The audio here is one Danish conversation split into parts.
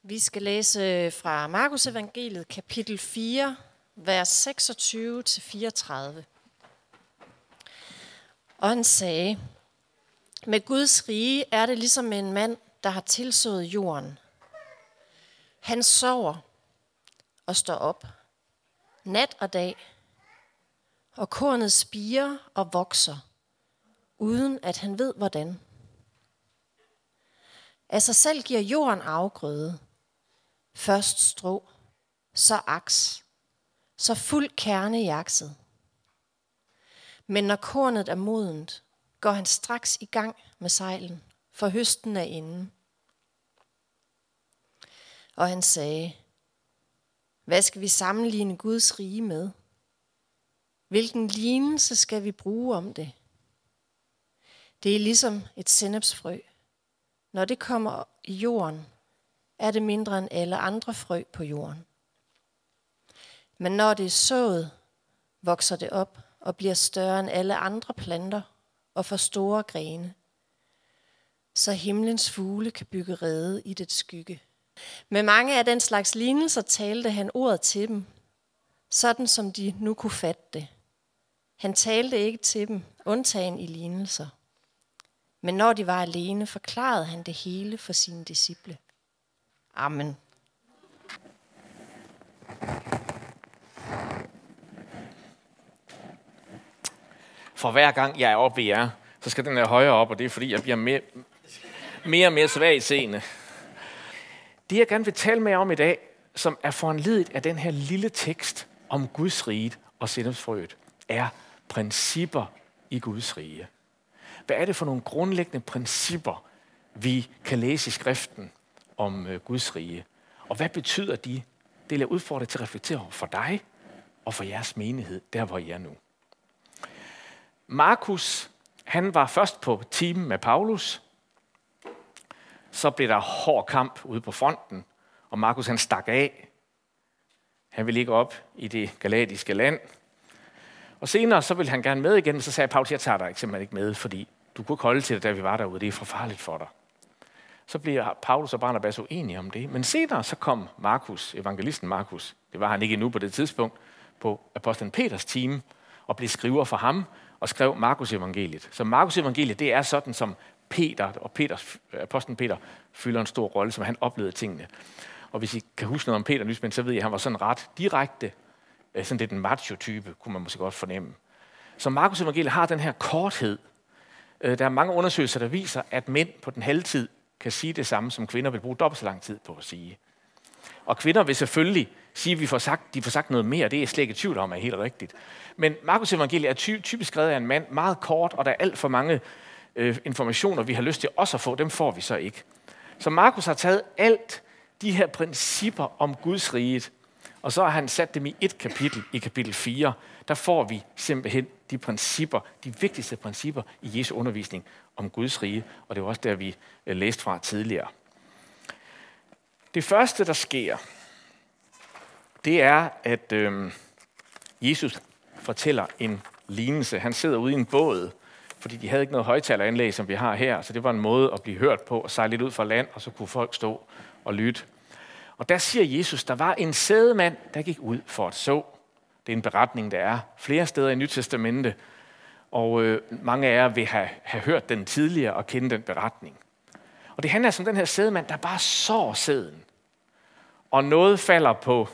Vi skal læse fra Markus evangeliet, kapitel 4, vers 26-34. Og han sagde, med Guds rige er det ligesom en mand, der har tilsået jorden. Han sover og står op, nat og dag, og kornet spirer og vokser, uden at han ved hvordan. Af sig selv giver jorden afgrøde, først strå, så aks, så fuld kerne i akset. Men når kornet er modent, går han straks i gang med sejlen, for høsten er inde. Og han sagde, hvad skal vi sammenligne Guds rige med? Hvilken lignelse skal vi bruge om det? Det er ligesom et sennepsfrø. Når det kommer i jorden, er det mindre end alle andre frø på jorden. Men når det er sået, vokser det op og bliver større end alle andre planter og får store grene, så himlens fugle kan bygge rede i det skygge. Med mange af den slags lignelser talte han ordet til dem, sådan som de nu kunne fatte det. Han talte ikke til dem, undtagen i lignelser. Men når de var alene, forklarede han det hele for sine disciple. Amen. For hver gang jeg er oppe i jer, så skal den være højere op, og det er fordi, jeg bliver mere og mere svag seende. Det jeg gerne vil tale med jer om i dag, som er foranlediget af den her lille tekst om Guds rige og sennepsfrøet, er principper i Guds rige. Hvad er det for nogle grundlæggende principper, vi kan læse i skriften om Guds rige? Og hvad betyder de? Det vil jeg udfordre til at reflektere over for dig og for jeres menighed, der hvor I er nu. Markus, han var først på team med Paulus. Så blev der hård kamp ude på fronten, og Markus han stak af. Han ville ikke op i det galatiske land. Og senere så ville han gerne med igen, så sagde Paulus, jeg tager dig simpelthen ikke med, fordi du kunne ikke holde til det, da vi var derude. Det er for farligt for dig. Så bliver Paulus og Barnabas uenige om det. Men senere så kom Markus, evangelisten Markus, det var han ikke endnu på det tidspunkt, på apostlen Peters team, og blev skriver for ham, og skrev Markus evangeliet. Så Markus evangeliet, det er sådan, som Peter og apostlen Peter fylder en stor rolle, som han oplevede tingene. Og hvis I kan huske noget om Peter Nysmænd, så ved I, at han var sådan ret direkte, sådan lidt en macho-type, kunne man måske godt fornemme. Så Markus evangeliet har den her korthed. Der er mange undersøgelser, der viser, at mænd på den halve tid kan sige det samme, som kvinder vil bruge dobbelt så lang tid på at sige. Og kvinder vil selvfølgelig sige, at de får sagt noget mere. Det er jeg slet ikke i tvivl om, er helt rigtigt. Men Markus evangeliet er typisk skrevet af en mand, meget kort, og der er alt for mange informationer, vi har lyst til også at få. Dem får vi så ikke. Så Markus har taget alt de her principper om Guds riget, og så har han sat dem i et kapitel, i kapitel 4. Der får vi simpelthen de principper, de vigtigste principper i Jesu undervisning om Guds rige, og det var også der, vi læste fra tidligere. Det første, der sker, det er, at Jesus fortæller en lignelse. Han sidder ude i en båd, fordi de havde ikke noget højtaleranlæg, som vi har her, så det var en måde at blive hørt på og sejle lidt ud fra land, og så kunne folk stå og lytte. Og der siger Jesus, der var en sædemand, der gik ud for at så. Det er en beretning, der er flere steder i Nyt Testamente, og mange af jer vil have hørt den tidligere og kende den beretning. Og det handler om den her sædemand, der bare sår sæden. Og noget falder på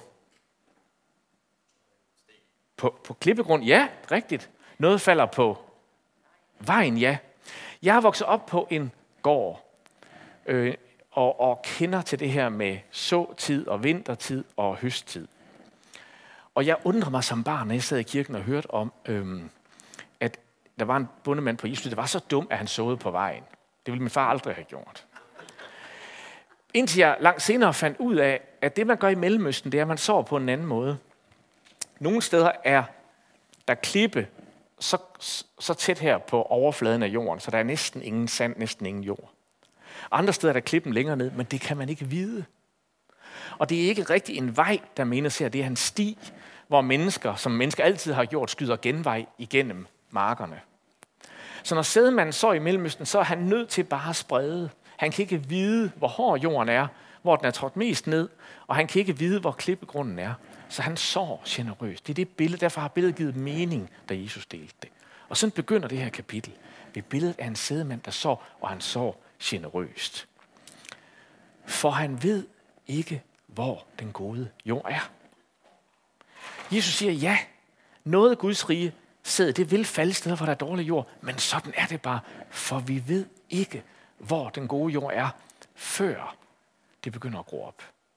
klippegrund. Ja, rigtigt. Noget falder på vejen, ja. Jeg har vokset op på en gård, og kender til det her med såtid og vintertid og høsttid. Og jeg undrer mig som barn, når jeg sad i kirken og hørte om, at der var en bondemand på Jesus. Det var så dumt, at han såede på vejen. Det ville min far aldrig have gjort. Indtil jeg langt senere fandt ud af, at det man gør i Mellemøsten, det er, at man sår på en anden måde. Nogle steder er der klippe så tæt her på overfladen af jorden, så der er næsten ingen sand, næsten ingen jord. Andre steder er der klippen længere ned, men det kan man ikke vide. Og det er ikke rigtig en vej, der menes her. Det er en sti, hvor mennesker, som mennesker altid har gjort, skyder genvej igennem markerne. Så når sædemanden så i Mellemøsten, så er han nødt til bare at sprede. Han kan ikke vide, hvor hård jorden er, hvor den er trådt mest ned, og han kan ikke vide, hvor klippegrunden er. Så han sår generøst. Det er det billede, derfor har billedet givet mening, da Jesus delte det. Og sådan begynder det her kapitel ved billedet af en sædemand, der sår, og han sår generøst. For han ved ikke, hvor den gode jord er. Jesus siger, ja, noget af Guds rige sæd, det vil falde steder, hvor der er dårlig jord, men sådan er det bare, for vi ved ikke, hvor den gode jord er, før det begynder at gro op.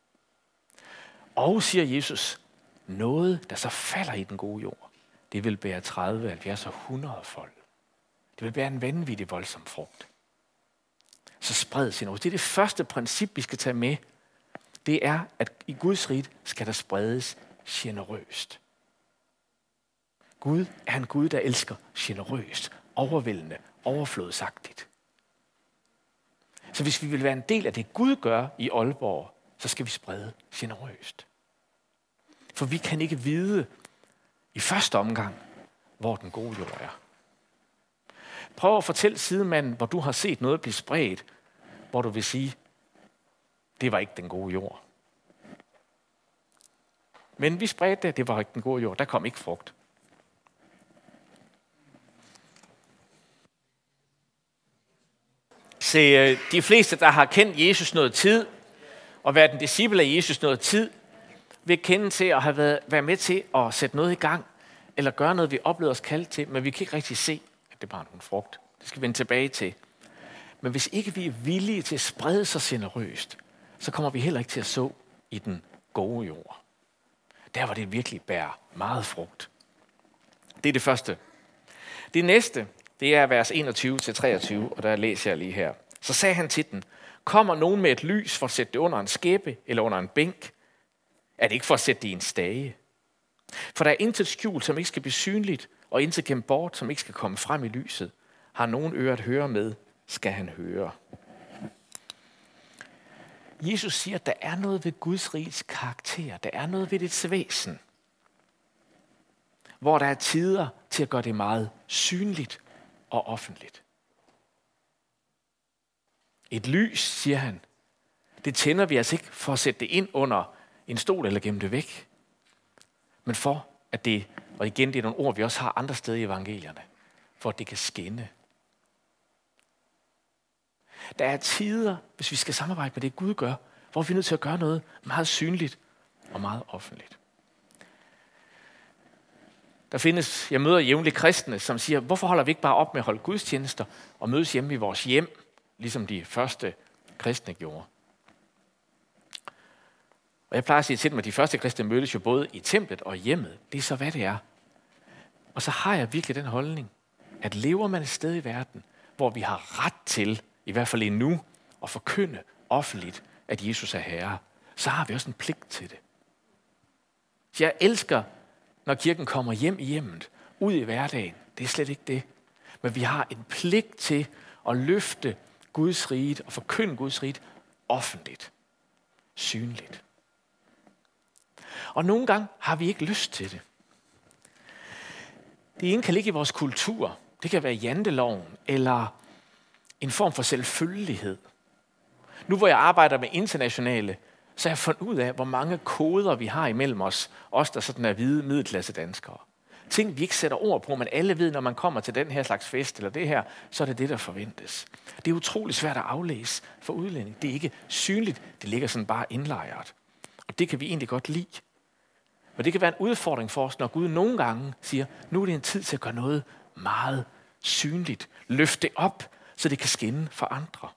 Og siger Jesus, noget, der så falder i den gode jord, det vil bære 30, 70 og 100 fold. Det vil bære en vanvittig voldsom frugt. Så spred sin ord. Det er det første princip, vi skal tage med. Det er, at i Guds rige skal der spredes generøst. Gud er en Gud, der elsker generøst, overvældende, overflodsagtigt. Så hvis vi vil være en del af det, Gud gør i Aalborg, så skal vi sprede generøst. For vi kan ikke vide i første omgang, hvor den gode jord er. Prøv at fortælle sidemanden, hvor du har set noget blive spredt, hvor du vil sige, det var ikke den gode jord. Men vi spredte det var ikke den gode jord, der kom ikke frugt. Se, de fleste, der har kendt Jesus noget tid, og været en disciple af Jesus noget tid, vil kende til at have været med til at sætte noget i gang, eller gøre noget, vi oplevede os kaldt til, men vi kan ikke rigtig se, at det bare er nogen frugt. Det skal vi vende tilbage til. Men hvis ikke vi er villige til at sprede sig generøst, så kommer vi heller ikke til at så i den gode jord. Der, hvor det virkelig bærer meget frugt. Det er det første. Det næste, det er vers 21-23, og der læser jeg lige her. Så sagde han til den, kommer nogen med et lys for at sætte det under en skæppe eller under en bænk? Er det ikke for at sætte det i en stage? For der er intet skjult, som ikke skal blive synligt, og intet gemt bort, som ikke skal komme frem i lyset. Har nogen ører at høre med, skal han høre. Jesus siger, at der er noget ved Guds riges karakter. Der er noget ved dets væsen. Hvor der er tider til at gøre det meget synligt og offentligt. Et lys, siger han, det tænder vi altså ikke for at sætte det ind under en stol eller gemme det væk. Men for at det, og igen det er nogle ord, vi også har andre steder i evangelierne, for at det kan skinne. Der er tider, hvis vi skal samarbejde med det Gud gør, hvor vi er nødt til at gøre noget meget synligt og meget offentligt. Der findes, jeg møder jævnligt kristne, som siger, hvorfor holder vi ikke bare op med at holde gudstjenester og mødes hjemme i vores hjem, ligesom de første kristne gjorde. Og jeg plejer at sige til dem, at de første kristne mødtes jo både i templet og i hjemmet. Det er så, hvad det er. Og så har jeg virkelig den holdning, at lever man et sted i verden, hvor vi har ret til, i hvert fald endnu, at forkynde offentligt, at Jesus er Herre, så har vi også en pligt til det. Så jeg elsker, når kirken kommer hjem i hjemmet, ud i hverdagen. Det er slet ikke det. Men vi har en pligt til at løfte Guds rige og forkynde Guds rige offentligt. Synligt. Og nogle gange har vi ikke lyst til det. Det ene kan ligge i vores kultur. Det kan være janteloven eller en form for selvfølgelighed. Nu hvor jeg arbejder med internationale, så har jeg fundet ud af, hvor mange koder vi har imellem os der sådan er hvide middelklasse danskere. Ting, vi ikke sætter ord på, men alle ved, når man kommer til den her slags fest eller det her, så er det det, der forventes. Det er utroligt svært at aflæse for udlænding. Det er ikke synligt, det ligger sådan bare indlejret. Og det kan vi egentlig godt lide. Men det kan være en udfordring for os, når Gud nogle gange siger, nu er det en tid til at gøre noget meget synligt. Løft det op, så det kan skinne for andre.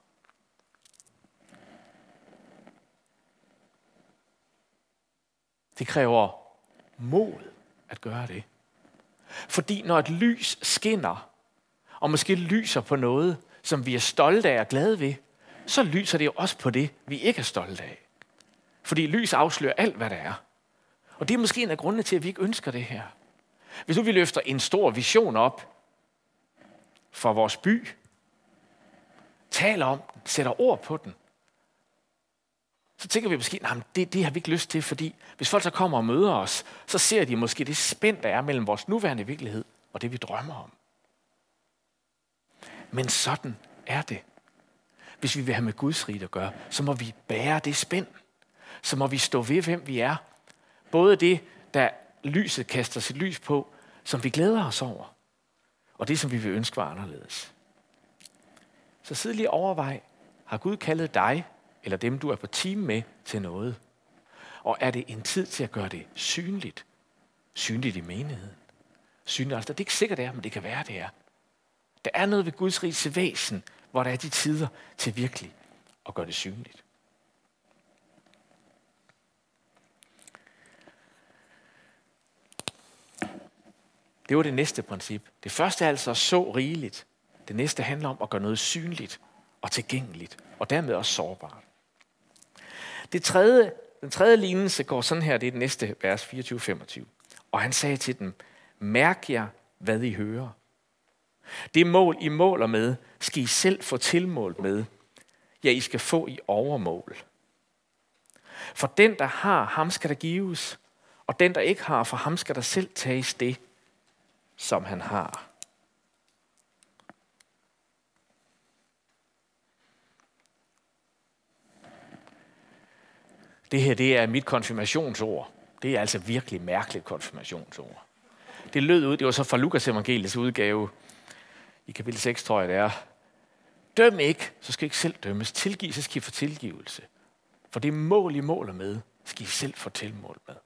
Det kræver mod at gøre det. Fordi når et lys skinner, og måske lyser på noget, som vi er stolte af og glade ved, så lyser det jo også på det, vi ikke er stolte af. Fordi lys afslører alt, hvad der er. Og det er måske en af grundene til, at vi ikke ønsker det her. Hvis nu vi løfter en stor vision op for vores by, taler om den, sætter ord på den, så tænker vi måske, at det har vi ikke lyst til, fordi hvis folk så kommer og møder os, så ser de måske det spænd, der er mellem vores nuværende virkelighed og det, vi drømmer om. Men sådan er det. Hvis vi vil have med Guds rige at gøre, så må vi bære det spænd. Så må vi stå ved, hvem vi er. Både det, der lyset kaster sit lys på, som vi glæder os over, og det, som vi vil ønske var anderledes. Så sid lige overvej, har Gud kaldet dig, eller dem, du er på team med, til noget? Og er det en tid til at gøre det synligt? Synligt i menigheden. Synligt, altså, det er ikke sikkert, det er, men det kan være, det er. Der er noget ved Guds riges væsen, hvor der er de tider til virkelig at gøre det synligt. Det var det næste princip. Det første er altså så rigeligt. Det næste handler om at gøre noget synligt og tilgængeligt, og dermed også sårbart. Den tredje lignelse går sådan her, det er det næste vers 24-25. Og han sagde til dem, mærk jer, hvad I hører. Det mål, I måler med, skal I selv få tilmålt med. Ja, I skal få i overmål. For den, der har, ham skal der gives. Og den, der ikke har, for ham skal der selv tages det, som han har. Det her, det er mit konfirmationsord. Det er altså virkelig mærkeligt konfirmationsord. Det lød ud, det var så fra Lukas evangeliets udgave, i kapitel 6, tror jeg det er. Døm ikke, så skal I ikke selv dømmes. Tilgiv, så skal I få tilgivelse. For det mål, I måler med, skal I selv få tilmålt med.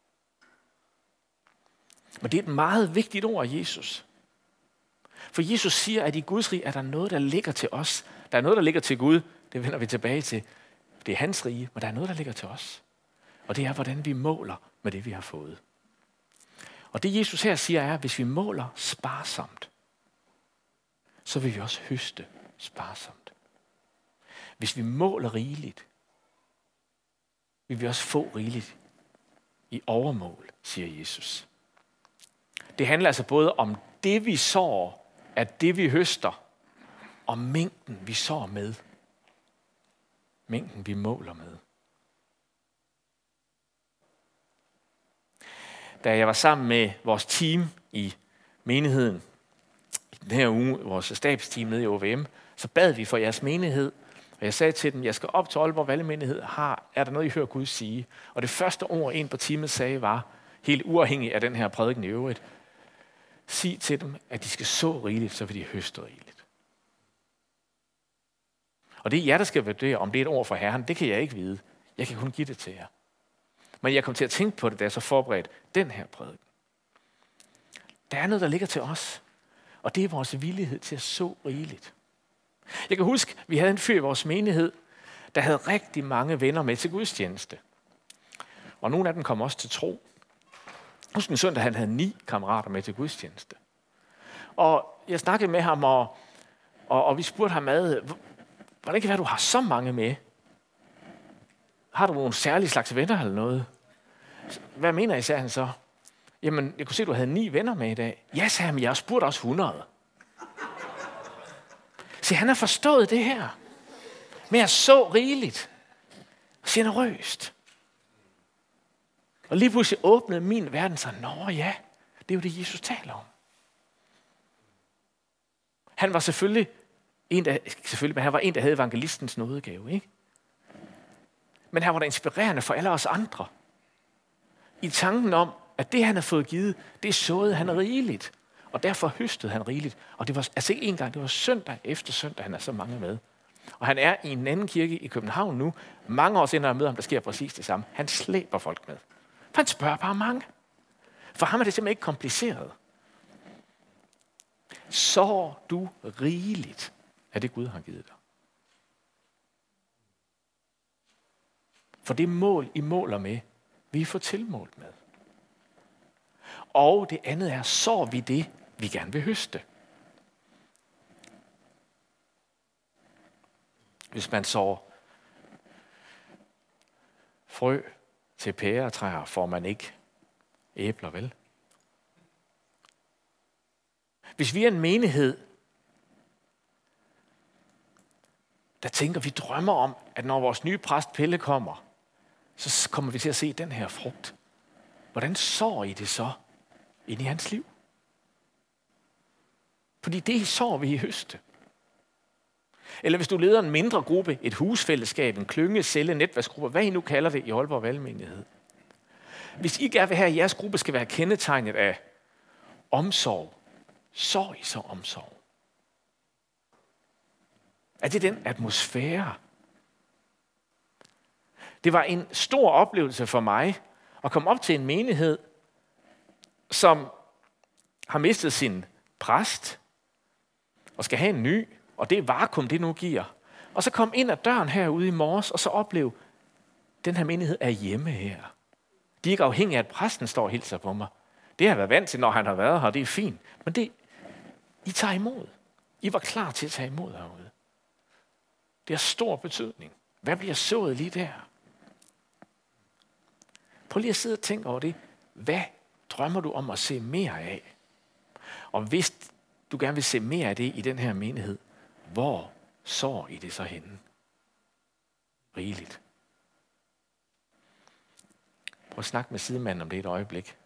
Men det er et meget vigtigt ord af Jesus. For Jesus siger, at i Guds rige er der noget, der ligger til os. Der er noget, der ligger til Gud. Det vender vi tilbage til. Det er hans rige, men der er noget, der ligger til os. Og det er, hvordan vi måler med det, vi har fået. Og det Jesus her siger er, at hvis vi måler sparsomt, så vil vi også høste sparsomt. Hvis vi måler rigeligt, vil vi også få rigeligt i overmål, siger Jesus. Det handler altså både om det, vi sår, at det, vi høster, og mængden, vi sår med. Mængden, vi måler med. Da jeg var sammen med vores team i menigheden, i den her uge, vores stabsteam nede i OVM, så bad vi for jeres menighed, og jeg sagde til dem, jeg skal op til Aalborg Valgmenighed, er der noget, I hører Gud sige? Og det første ord, en på teamet sagde, var, helt uafhængig af den her prædiken i øvrigt, sig til dem, at de skal så rigeligt, så vil de høste rigeligt. Og det er jer, der skal vurdere, om det er et ord fra Herren. Det kan jeg ikke vide. Jeg kan kun give det til jer. Men jeg kom til at tænke på det, da jeg så forberedte den her prædiken. Der er noget, der ligger til os. Og det er vores villighed til at så rigeligt. Jeg kan huske, vi havde en fyr i vores menighed, der havde rigtig mange venner med til gudstjeneste. Og nogle af dem kom også til tro. Husk en søndag, han havde 9 kammerater med til gudstjeneste. Og jeg snakkede med ham, og vi spurgte ham ad, hvordan kan det være, du har så mange med? Har du nogle særlige slags venner eller noget? Hvad mener I, sagde han så? Jamen, jeg kunne se, at du havde 9 venner med i dag. Ja, sagde han, men jeg spurgte også 100. Så han har forstået det her. Med at så rigeligt. Generøst. Og lige pludselig åbnede min verden sig. Nå ja, det er jo det, Jesus taler om. Han var selvfølgelig men han var en, der havde evangelistens nådegave, ikke? Men han var da inspirerende for alle os andre. I tanken om, at det, han har fået givet, det såede han rigeligt. Og derfor høstede han rigeligt. Og det var altså ikke en gang, det var søndag efter søndag, han er så mange med. Og han er i en anden kirke i København nu. Mange år senere møder ham, der sker præcis det samme. Han slæber folk med. For han spørger bare mange. For ham er det simpelthen ikke kompliceret. Sår du rigeligt af det, Gud har givet dig. For det mål, I måler med, vi får tilmålt med. Og det andet er, sår vi det, vi gerne vil høste. Hvis man sår frø til pæretræer, får man ikke æbler, vel? Hvis vi er en menighed, der tænker, vi drømmer om, at når vores nye præst Pelle kommer, så kommer vi til at se den her frugt. Hvordan sår I det så ind i hans liv? Fordi det sår vi i høste. Eller hvis du leder en mindre gruppe, et husfællesskab, en klynge, celle, netværksgruppe, hvad I nu kalder det i Aalborg Valgmenighed. Hvis I gerne vil have, at jeres gruppe skal være kendetegnet af omsorg, så I så omsorg. Er det den atmosfære? Det var en stor oplevelse for mig at komme op til en menighed, som har mistet sin præst og skal have en ny, og det vakuum, det nu giver. Og så kom ind ad døren herude i morges, og så opleve, den her menighed er hjemme her. De er ikke afhængige af, at præsten står og hilser på mig. Det har jeg været vant til, når han har været her, det er fint. Men det, I tager imod. I var klar til at tage imod herude. Det har stor betydning. Hvad bliver sået lige der? Prøv lige at sidde og tænke over det. Hvad drømmer du om at se mere af? Og hvis du gerne vil se mere af det i den her menighed, hvor sår I det så henne? Rigeligt. Prøv at snakke med sidemanden om det et øjeblik.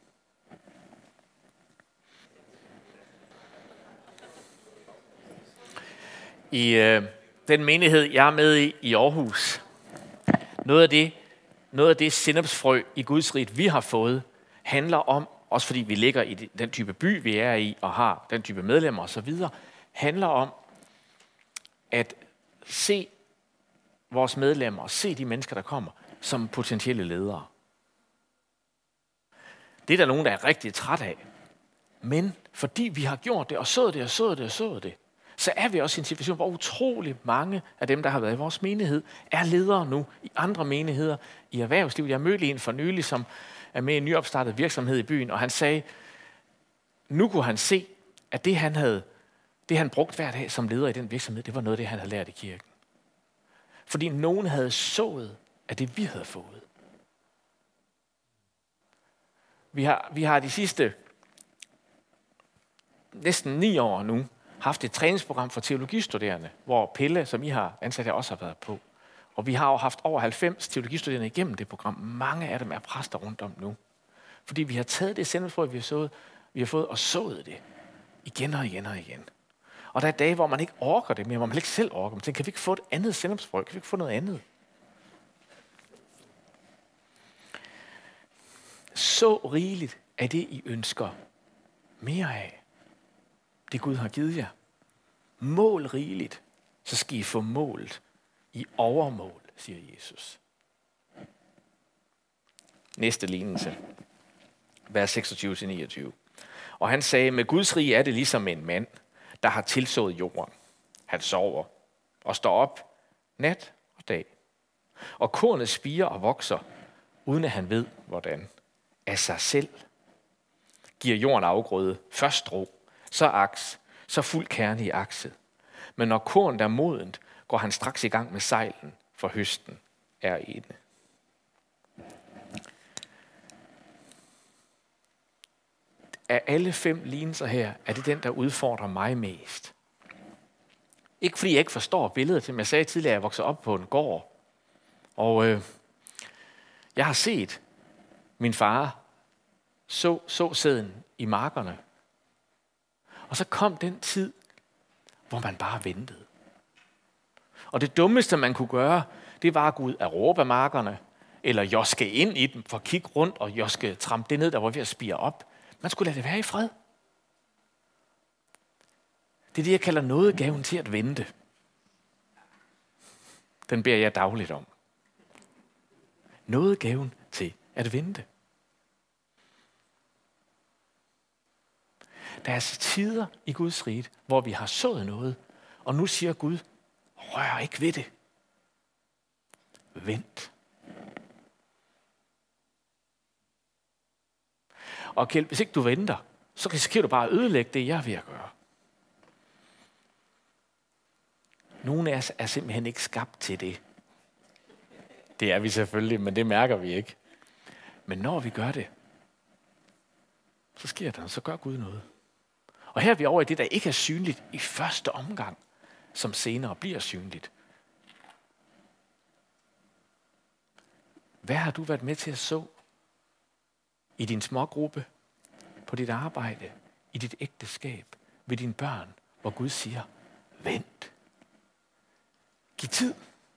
I den menighed, jeg er med i Aarhus, noget af det sennepsfrø i Guds rige, vi har fået, handler om, også fordi vi ligger i den type by, vi er i, og har den type medlemmer osv., handler om at se vores medlemmer, se de mennesker, der kommer, som potentielle ledere. Det er der nogen, der er rigtig træt af. Men fordi vi har gjort det, og sået det, så er vi også i en situation, hvor utrolig mange af dem, der har været i vores menighed, er ledere nu i andre menigheder i erhvervslivet. Jeg mødte en for nylig, som er med i en nyopstartet virksomhed i byen, og han sagde, nu kunne han se, at det han brugte hver dag som leder i den virksomhed, det var noget af det, han havde lært i kirken. Fordi nogen havde sået af det, vi havde fået. Vi har de sidste næsten 9 år nu haft et træningsprogram for teologistuderende, hvor Pelle, som I har ansat her, også har været på. Og vi har jo haft over 90 teologistuderende igennem det program. Mange af dem er præster rundt om nu. Fordi vi har taget det sendelsesfrø, vi har fået og sået det igen og igen og igen. Og der er dage, hvor man ikke orker det mere, hvor man ikke selv orker. Man tænker, kan vi ikke få et andet sendelsesfrø? Kan vi ikke få noget andet? Så rigeligt er det, I ønsker mere af. Det Gud har givet jer. Mål rigeligt, så skal I få målt i overmål, siger Jesus. Næste lignelse, vers 26-29. Og han sagde, med Guds rige er det ligesom en mand, der har tilsået jorden. Han sover og står op nat og dag. Og kornet spirer og vokser, uden at han ved, hvordan. Af sig selv giver jorden afgrøde, først strå, så aks, så fuld kerne i akset. Men når kornet er modent, går han straks i gang med sejlen, for høsten er inde. Af alle 5 lignelser her, er det den, der udfordrer mig mest. Ikke fordi jeg ikke forstår billedet, som jeg sagde tidligere, jeg voksede op på en gård. Og jeg har set min far så sæden i markerne. Og så kom den tid, hvor man bare ventede. Og det dummeste, man kunne gøre, det var at gå ud af råbermarkerne, eller joske ind i dem for at kigge rundt, og joske trampe det ned, der var ved at spire op. Man skulle lade det være i fred. Det er det, jeg kalder nådegaven til at vente. Den beder jeg dagligt om. Nådegaven til at vente. Der er altså tider i Guds rige, hvor vi har sået noget, og nu siger Gud, rør ikke ved det. Vent. Og Kjeld, hvis ikke du venter, så risikerer du bare at ødelægge det, jeg er ved at gøre. Nogle af os er simpelthen ikke skabt til det. Det er vi selvfølgelig, men det mærker vi ikke. Men når vi gør det, så sker der, så gør Gud noget. Og her er vi over i det, der ikke er synligt i første omgang, som senere bliver synligt. Hvad har du været med til at så i din smågruppe, på dit arbejde, i dit ægteskab, ved dine børn, hvor Gud siger, vent. Giv tid.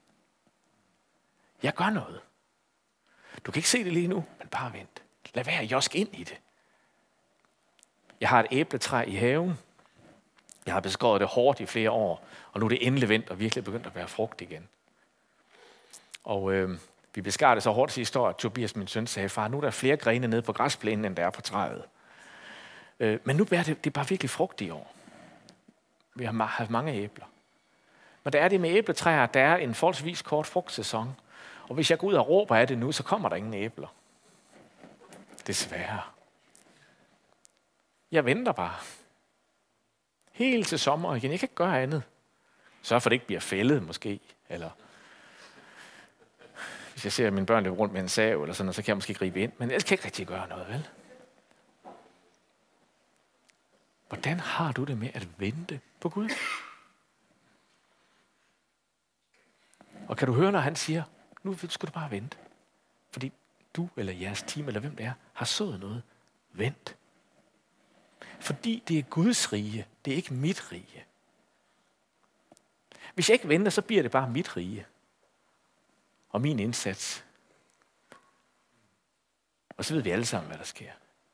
Jeg gør noget. Du kan ikke se det lige nu, men bare vent. Lad være at joske ind i det. Jeg har et æbletræ i haven. Jeg har beskåret det hårdt i flere år, og nu er det endelig vendt og virkelig begyndt at være frugt igen. Og vi beskar det så hårdt sidste år, at Tobias, min søn, sagde, far, nu er der flere grene nede på græsplænen, end der er på træet. Men nu bærer det er bare virkelig frugt i år. Vi har haft mange æbler. Men der er det med æbletræer, der er en forholdsvis kort frugtsæson. Og hvis jeg går ud og råber af det nu, så kommer der ingen æbler. Desværre. Jeg venter bare. Helt til sommer igen. Jeg kan ikke gøre andet. Sørg for, at det ikke bliver fældet måske. Eller hvis jeg ser, at mine børn løber rundt med en sav, eller sådan noget, så kan jeg måske gribe ind. Men ellers kan jeg ikke rigtig gøre noget, vel? Hvordan har du det med at vente på Gud? Og kan du høre, når han siger, nu skal du bare vente. Fordi du eller jeres team, eller hvem det er, har sået noget. Vent. Fordi det er Guds rige, det er ikke mit rige. Hvis jeg ikke venter, så bliver det bare mit rige. Og min indsats. Og så ved vi alle sammen, hvad der sker.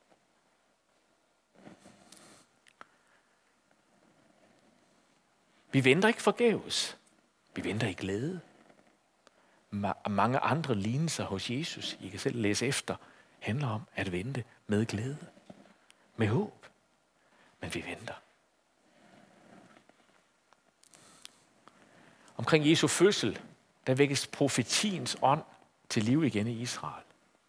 Vi venter ikke forgæves. Vi venter i glæde. Mange andre lignelser hos Jesus, I kan selv læse efter, handler om at vente med glæde. Med håb. Men vi venter. Omkring Jesu fødsel, der vækkes profetiens ånd til liv igen i Israel.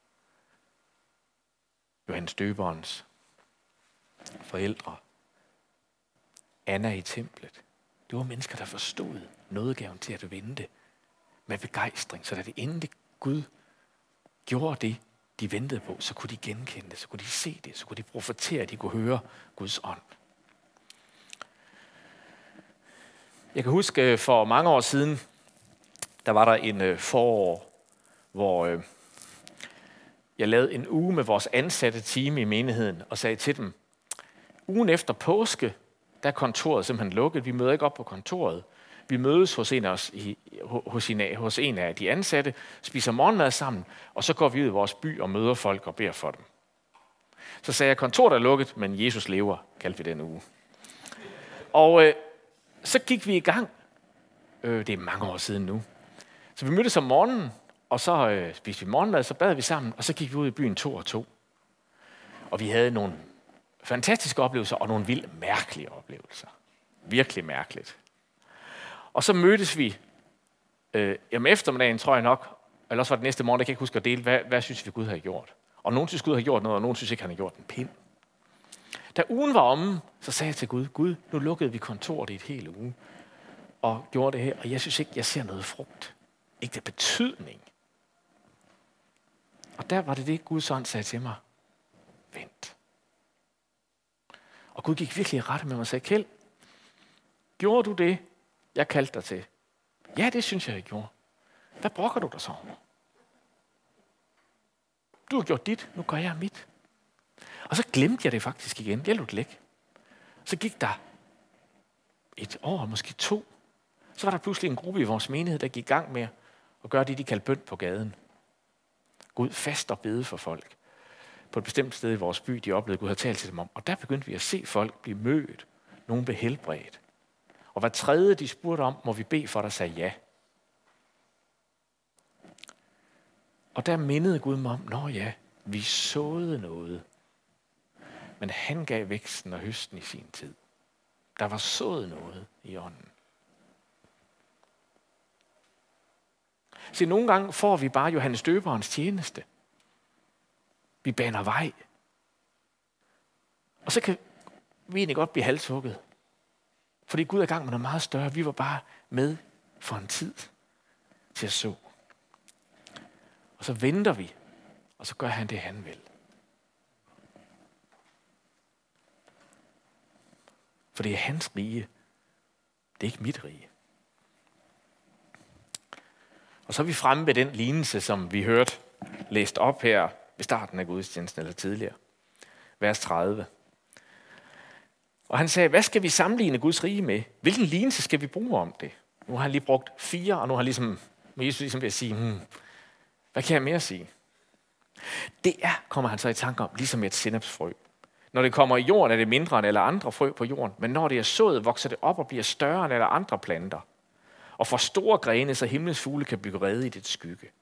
Johannes Døberens forældre. Anna i templet. Det var mennesker, der forstod nådegaven til at vente med begejstring, så da det endelig Gud gjorde det, de ventede på, så kunne de genkende det, så kunne de se det, så kunne de profetere, de kunne høre Guds ånd. Jeg kan huske, for mange år siden, der var der en forår, hvor jeg lavede en uge med vores ansatte team i menigheden, og sagde til dem, ugen efter påske, der er kontoret simpelthen lukket. Vi møder ikke op på kontoret. Vi mødes hos en af de ansatte, spiser morgenmad sammen, og så går vi ud i vores by og møder folk og beder for dem. Så sagde jeg, kontoret er lukket, men Jesus lever, kaldte vi den uge. Og så gik vi i gang. Det er mange år siden nu. Så vi mødtes om morgenen, og så spiste vi morgenmad, så bad vi sammen, og så gik vi ud i byen 2 og 2. Og vi havde nogle fantastiske oplevelser og nogle vildt mærkelige oplevelser. Virkelig mærkeligt. Og så mødtes vi om eftermiddagen, tror jeg nok, eller også var det næste morgen, der kan jeg ikke huske at dele, hvad synes vi Gud havde gjort. Og nogen synes Gud har gjort noget, og nogen synes ikke, han har gjort en pind. Da ugen var omme, så sagde jeg til Gud, nu lukkede vi kontoret i et helt uge, og gjorde det her, og jeg synes ikke, jeg ser noget frugt. Ikke det betydning. Og der var det Gud sådan sagde til mig, vent. Og Gud gik virkelig i rette med mig og sagde, Kjeld, gjorde du det, jeg kaldte dig til? Ja, det synes jeg gjorde. Hvad brokker du dig så over? Du har gjort dit, nu gør jeg mit. Og så glemte jeg det faktisk igen. Jeg lod det ligge. Så gik der 1 år, måske 2. Så var der pludselig en gruppe i vores menighed, der gik i gang med at gøre det, de kaldte bøn på gaden. Gå ud fast og bede for folk. På et bestemt sted i vores by, de oplevede, at Gud havde talt til dem om. Og der begyndte vi at se folk blive mødt. Nogen blev helbredt. Og hver tredje, de spurgte om, må vi bede for dig, sagde ja. Og der mindede Gud mig om, nå ja, vi såede noget. Men han gav væksten og høsten i sin tid. Der var sået noget i ånden. Så nogle gange får vi bare Johannes Døberens tjeneste. Vi baner vej. Og så kan vi egentlig godt blive halshugget. Fordi Gud er i gang med noget meget større. Vi var bare med for en tid til at så. Og så venter vi, og så gør han det, han vil. For det er hans rige. Det er ikke mit rige. Og så er vi fremme ved den lignelse, som vi hørte læst op her ved starten af gudstjenesten eller tidligere. Vers 30. Og han sagde, hvad skal vi sammenligne Guds rige med? Hvilken lignelse skal vi bruge om det? Nu har han lige brugt 4, og nu har Jesus ligesom ved at sige, hvad kan jeg mere sige? Det kommer han så i tanke om, ligesom et sennepsfrø. Når det kommer i jorden, er det mindre end alle andre frø på jorden, men når det er sået, vokser det op og bliver større end alle andre planter. Og får store grene, så himlens fugle kan bygge rede i dit skygge.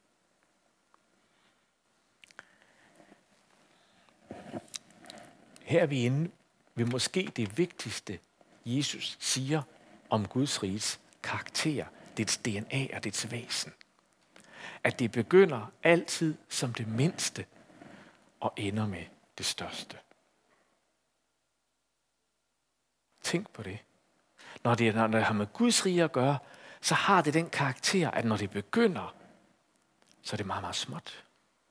Her er vi inde ved måske det vigtigste, Jesus siger om Guds riges karakter, dets DNA og dets væsen. At det begynder altid som det mindste og ender med det største. Tænk på det. Når det har med Guds rige at gøre, så har det den karakter, at når det begynder, så er det meget, meget småt.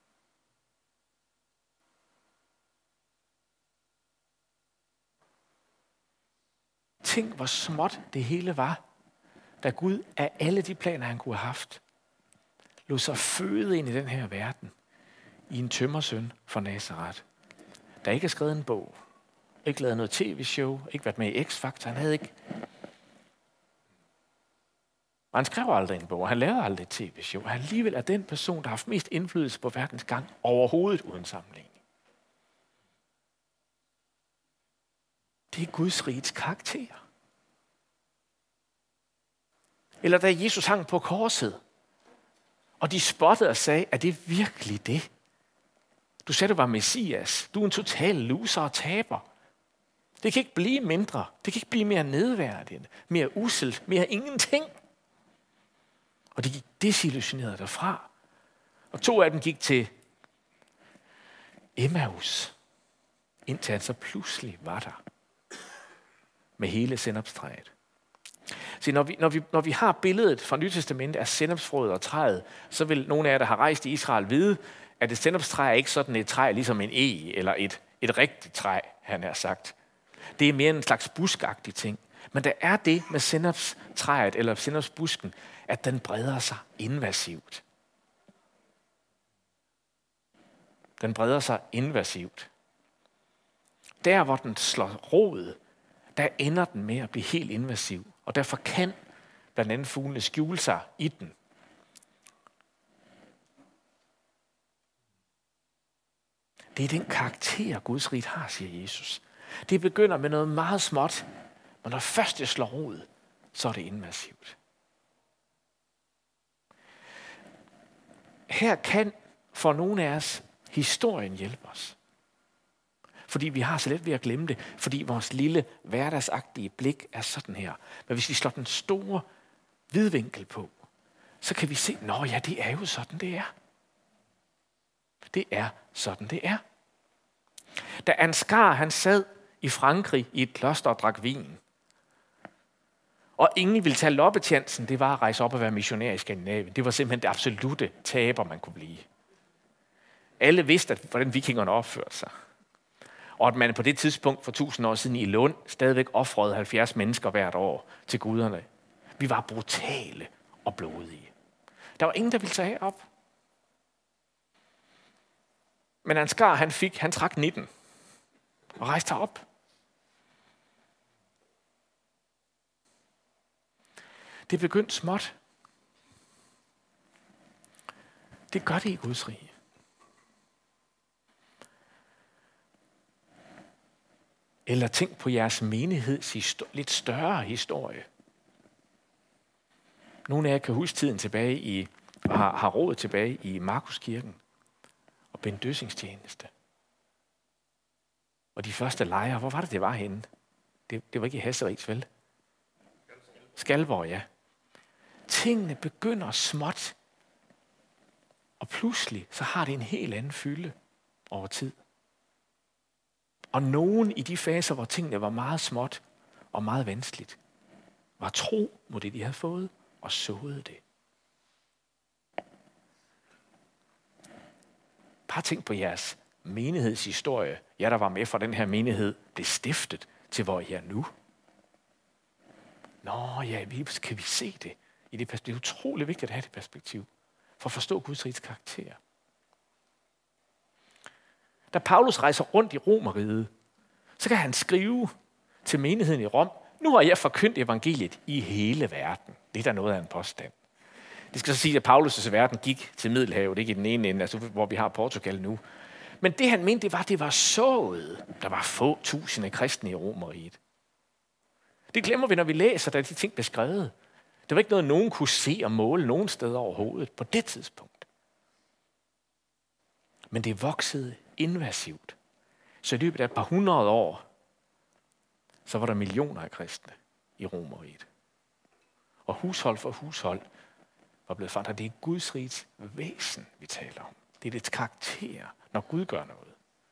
Tænk, hvor småt det hele var, da Gud af alle de planer, han kunne have haft, lod sig føde ind i den her verden, i en tømmersøn fra Nazaret, der ikke har skrevet en bog, ikke lavet noget tv-show, ikke været med i X-Factor, han havde ikke. Og han skrev aldrig en bog, og han lavede aldrig et tv-show, og han alligevel er den person, der har haft mest indflydelse på verdens gang overhovedet uden sammenligning. Det er Guds rigets karakter. Eller da Jesus hang på korset, og de spottede og sagde, er det virkelig det? Du sagde, du var Messias. Du er en total loser og taber. Det kan ikke blive mindre. Det kan ikke blive mere nedværdigt, mere usselt, mere ingenting. Og de gik desillusionerede derfra. Og 2 af dem gik til Emmaus, indtil han så pludselig var der med hele sennepstræet. Så når vi har billedet fra Nye Testamentet af sennepsfrøet og træet, så vil nogle af jer, der har rejst i Israel, vide, at et sennepstræ er ikke sådan et træ ligesom en eller et rigtigt træ, han har sagt. Det er mere en slags buskagtig ting. Men der er det med sennepstræet eller sennepsbusken, at den breder sig invasivt. Den breder sig invasivt. Der, hvor den slår rod, der ender den med at blive helt invasiv. Og derfor kan blandt andet fuglene skjule sig i den. Det er den karakter, Guds rige har, siger Jesus. Det begynder med noget meget småt, men når først det slår rod, så er det invasivt. Her kan for nogle af os historien hjælpe os. Fordi vi har så let ved at glemme det, fordi vores lille hverdagsagtige blik er sådan her. Men hvis vi slår den store vidvinkel på, så kan vi se, nå ja, det er jo sådan, det er. Det er sådan, det er. Da Ansgar, han sad i Frankrig i et kloster og drak vin, og ingen ville tage loppetjansen, det var at rejse op og være missionær i Skandinavien. Det var simpelthen det absolutte taber, man kunne blive. Alle vidste, hvordan vikingerne opførte sig. Og at man på det tidspunkt for 1000 år siden i Lund stadigvæk ofrede 70 mennesker hvert år til guderne. Vi var brutale og blodige. Der var ingen, der ville tage op. Men Ansgar, han trak 19 og rejste op. Det begyndte småt. Det gør det i Guds rige. Eller tænk på jeres menigheds lidt større historie. Nogle af jer kan huske tiden tilbage har råd tilbage i Markuskirken og Bent Døssings tjeneste. Og de første lejre, hvor var det var henne? Det var ikke i Hasseris, vel? Skalborg, ja. Tingene begynder småt, og pludselig så har det en helt anden fylde over tid. Og nogen i de faser, hvor tingene var meget småt og meget vanskeligt, var tro mod det, de havde fået, og såede det. Bare tænk på jeres menighedshistorie. Jeg, der var med fra den her menighed, blev stiftet til, hvor I er nu. Nå ja, kan vi se det i det perspektiv. Det er utrolig vigtigt at have det perspektiv, for at forstå Guds riges karakter. Da Paulus rejser rundt i Romerriget, så kan han skrive til menigheden i Rom nu har jeg forkyndt evangeliet i hele verden. Det er da noget af en påstand. Det skal så sige, at Paulus' verden gik til Middelhavet, ikke i den ene ende, altså hvor vi har Portugal nu. Men det han mente, det var sået. Der var få tusinde kristne i Romerriget. Det glemmer vi, når vi læser, da de ting blev skrevet. Det var ikke noget, nogen kunne se og måle nogen steder overhovedet på det tidspunkt. Men det voksede invasivt. Så i løbet af et par hundrede år, så var der millioner af kristne i Romerriget. Og hushold for hushold var blevet forandret. Det er Guds riges væsen, vi taler om. Det er dets karakter, når Gud gør noget.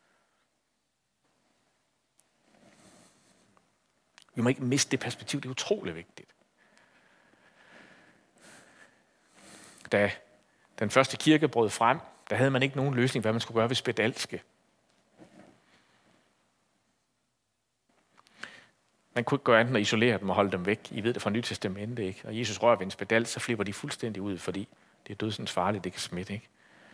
Vi må ikke miste det perspektiv. Det er utrolig vigtigt. Da den første kirke brød frem, der havde man ikke nogen løsning, hvad man skulle gøre ved spedalske. Man kunne ikke gøre andet end at isolere dem og holde dem væk. I ved det fra Nye Testamente, ikke? Og Jesus rører ved en spedal, så flipper de fuldstændig ud, fordi det er dødsens farligt, det kan smitte, ikke?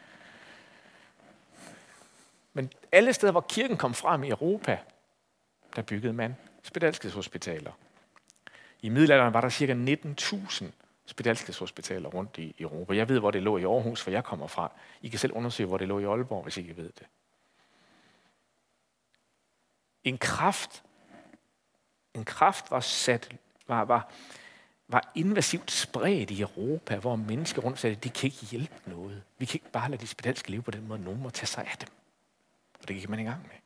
Men alle steder, hvor kirken kom frem i Europa, der byggede man spedalskhedshospitaler. I middelalderen var der ca. 19.000 spedalskhedshospitaler rundt i Europa. Jeg ved, hvor det lå i Aarhus, hvor jeg kommer fra. I kan selv undersøge, hvor det lå i Aalborg, hvis I ikke ved det. En kraft var invasivt spredt i Europa, hvor mennesker rundt sagde, de kan ikke hjælpe noget. Vi kan ikke bare lade de spedalske leve på den måde, nogen må tage sig af dem. Og det gik man i gang med.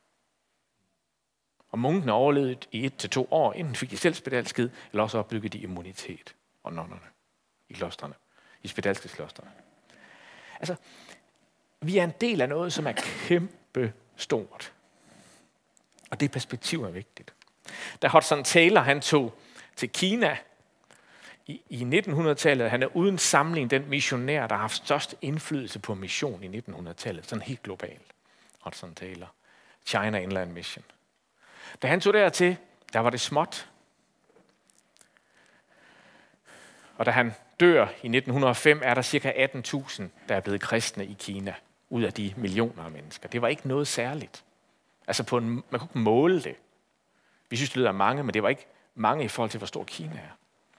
Og munkene overlevede i 1 til 2 år, enten fik de selv spedalskhed, eller også opbyggede de immunitet og nonnerne i klostrene, i spedalskhedsklosterne. Altså, vi er en del af noget, som er kæmpe stort. Og det perspektiv er vigtigt. Da Hudson Taylor han tog til Kina i 1900-tallet, han er uden sammenligning den missionær, der har haft størst indflydelse på mission i 1900-tallet, sådan helt globalt. Hudson Taylor. China Inland Mission. Da han tog dertil, der var det småt. Og da han dør i 1905, er der ca. 18.000, der er blevet kristne i Kina, ud af de millioner af mennesker. Det var ikke noget særligt. Altså man kunne ikke måle det. Vi synes, det lyder af mange, men det var ikke mange i forhold til, hvor stor Kina er.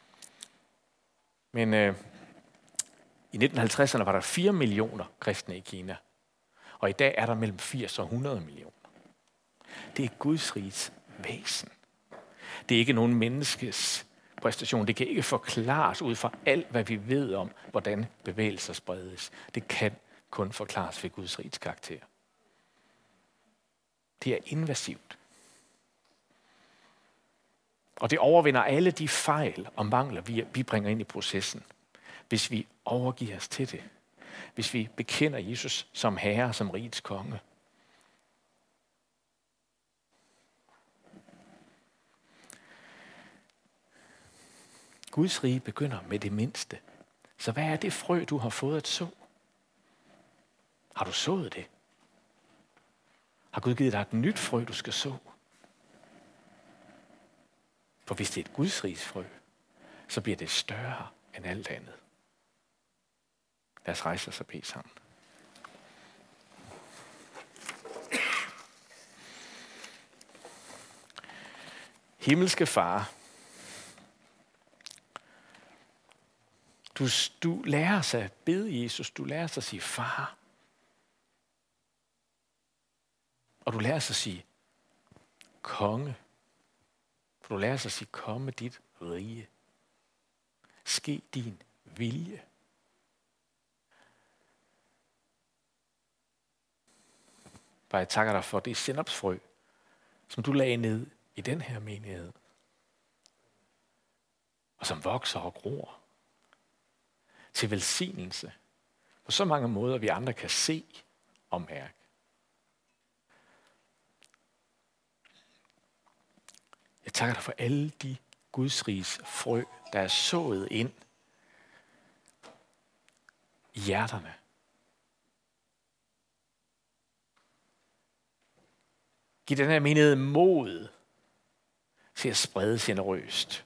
Men i 1950'erne var der 4 millioner kristne i Kina. Og i dag er der mellem 80 og 100 millioner. Det er Guds riges væsen. Det er ikke nogen menneskes præstation. Det kan ikke forklares ud fra alt, hvad vi ved om, hvordan bevægelser spredes. Det kan kun forklares ved Guds riges karakter. Det er invasivt. Og det overvinder alle de fejl og mangler, vi bringer ind i processen, hvis vi overgiver os til det. Hvis vi bekender Jesus som herre, som rigets konge. Guds rige begynder med det mindste. Så hvad er det frø, du har fået at så? Har du sået det? Har Gud givet dig et nyt frø, du skal så? For hvis det er et Guds riges frø, så bliver det større end alt andet. Lad os rejse os og bede sammen. Himmelske Far, du lærer os at bede, Jesus. Du lærer os at sige far. Og du lærer os at sige konge. For du lærer os at sige, kom med dit rige. Ske din vilje. Bare jeg takker dig for det sennepsfrø, som du lagde ned i den her menighed. Og som vokser og gror. Til velsignelse. På så mange måder, vi andre kan se og mærke. Jeg takker dig for alle de Guds riges frø, der er sået ind i hjerterne. Giv den her menighed mod til at sprede generøst.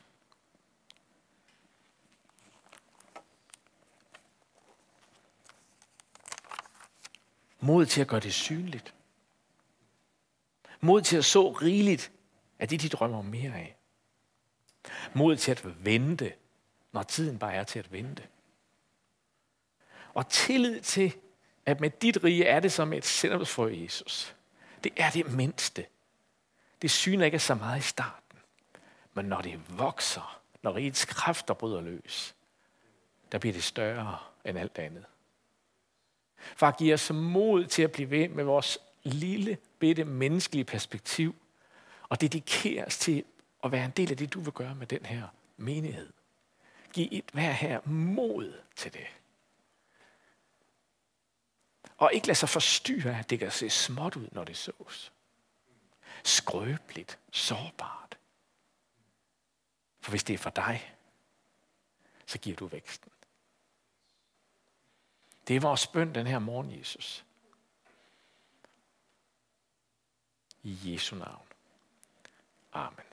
Mod til at gøre det synligt. Mod til at så rigeligt af det, de drømmer om mere af. Mod til at vente, når tiden bare er til at vente. Og tillid til, at med dit rige er det som et sennepsfrø, Jesus. Det er det mindste. Det syner ikke så meget i starten. Men når det vokser, når rigets kræfter bryder løs, der bliver det større end alt andet. Far, giv os mod til at blive ved med vores lille, bitte menneskelige perspektiv, og dedikere os til at være en del af det, du vil gøre med den her menighed. Giv et hver her mod til det. Og ikke lade sig forstyrre, at det kan se småt ud, når det sås. Skrøbeligt, sårbart. For hvis det er for dig, så giver du væksten. Det er vores bøn den her morgen, Jesus. I Jesu navn. Amen.